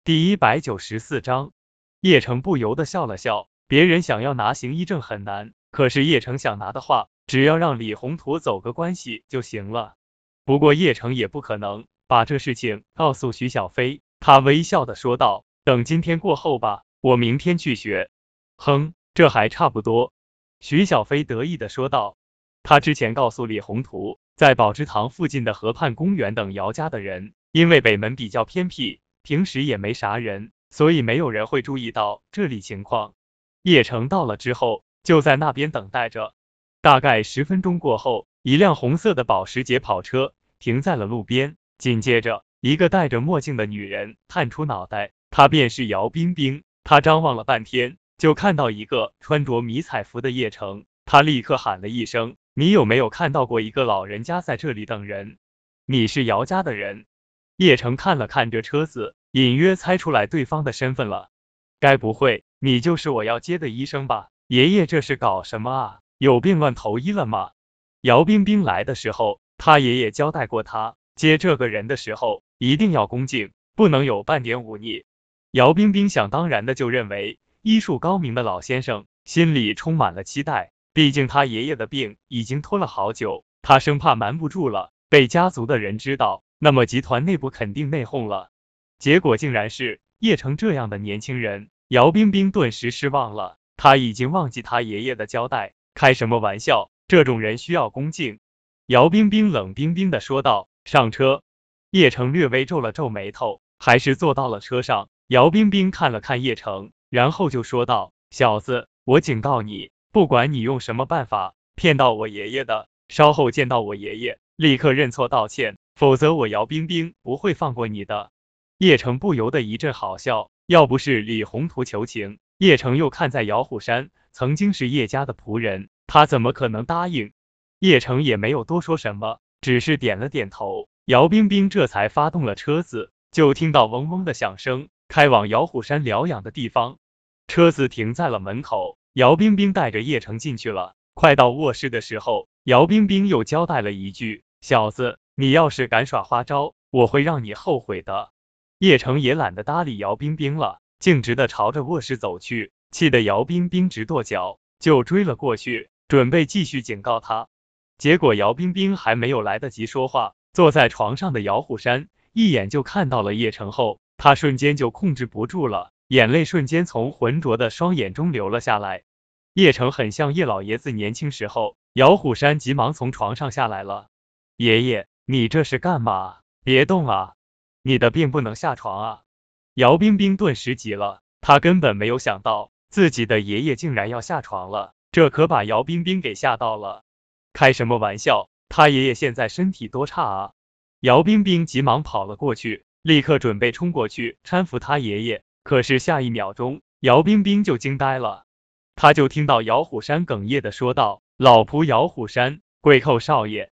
第194章，叶成不由得笑了笑。别人想要拿行医证很难，可是叶成想拿的话，只要让李宏图走个关系就行了。不过叶成也不可能把这事情告诉徐小飞，他微笑的说道：“等今天过后吧，我明天去学。”哼，这还差不多。徐小飞得意的说道。他之前告诉李宏图，在宝芝堂附近的河畔公园等姚家的人，因为北门比较偏僻，平时也没啥人，所以没有人会注意到这里情况。叶成到了之后，就在那边等待着。大概10分钟过后，一辆红色的保时捷跑车停在了路边，紧接着，一个戴着墨镜的女人探出脑袋，她便是姚冰冰。她张望了半天，就看到一个穿着迷彩服的叶成，她立刻喊了一声：“你有没有看到过一个老人家在这里等人？你是姚家的人？”叶成看了看这车子，隐约猜出来对方的身份了。该不会你就是我要接的医生吧？爷爷这是搞什么啊？有病乱投医了吗？姚冰冰来的时候，他爷爷交代过他，接这个人的时候一定要恭敬，不能有半点忤逆。姚冰冰想当然的就认为医术高明的老先生，心里充满了期待。毕竟他爷爷的病已经拖了好久，他生怕瞒不住了，被家族的人知道，那么集团内部肯定内讧了。结果竟然是叶成这样的年轻人，姚冰冰顿时失望了。他已经忘记他爷爷的交代，开什么玩笑，这种人需要恭敬。姚冰冰冷冰冰的说道。上车。叶成略微皱了皱眉头，还是坐到了车上。姚冰冰看了看叶成，然后就说道：“小子，我警告你，不管你用什么办法骗到我爷爷的，稍后见到我爷爷，立刻认错道歉，否则我姚冰冰不会放过你的。”叶成不由得一阵好笑，要不是李宏图求情，叶成又看在姚虎山曾经是叶家的仆人，他怎么可能答应？叶成也没有多说什么，只是点了点头。姚冰冰这才发动了车子，就听到嗡嗡的响声，开往姚虎山疗养的地方。车子停在了门口，姚冰冰带着叶成进去了。快到卧室的时候，姚冰冰又交代了一句：“小子，你要是敢耍花招，我会让你后悔的。”叶成也懒得搭理姚冰冰了，径直的朝着卧室走去，气得姚冰冰直跺脚，就追了过去，准备继续警告他。结果姚冰冰还没有来得及说话，坐在床上的姚虎山一眼就看到了叶成后，他瞬间就控制不住了，眼泪瞬间从浑浊的双眼中流了下来。叶成很像叶老爷子年轻时候。姚虎山急忙从床上下来了。爷爷，你这是干嘛？别动啊！你的病不能下床啊！姚冰冰顿时急了，她根本没有想到自己的爷爷竟然要下床了，这可把姚冰冰给吓到了。开什么玩笑，他爷爷现在身体多差啊！姚冰冰急忙跑了过去，立刻准备冲过去搀扶他爷爷，可是下一秒钟，姚冰冰就惊呆了。他就听到姚虎山哽咽的说道：“老仆姚虎山，跪叩少爷。”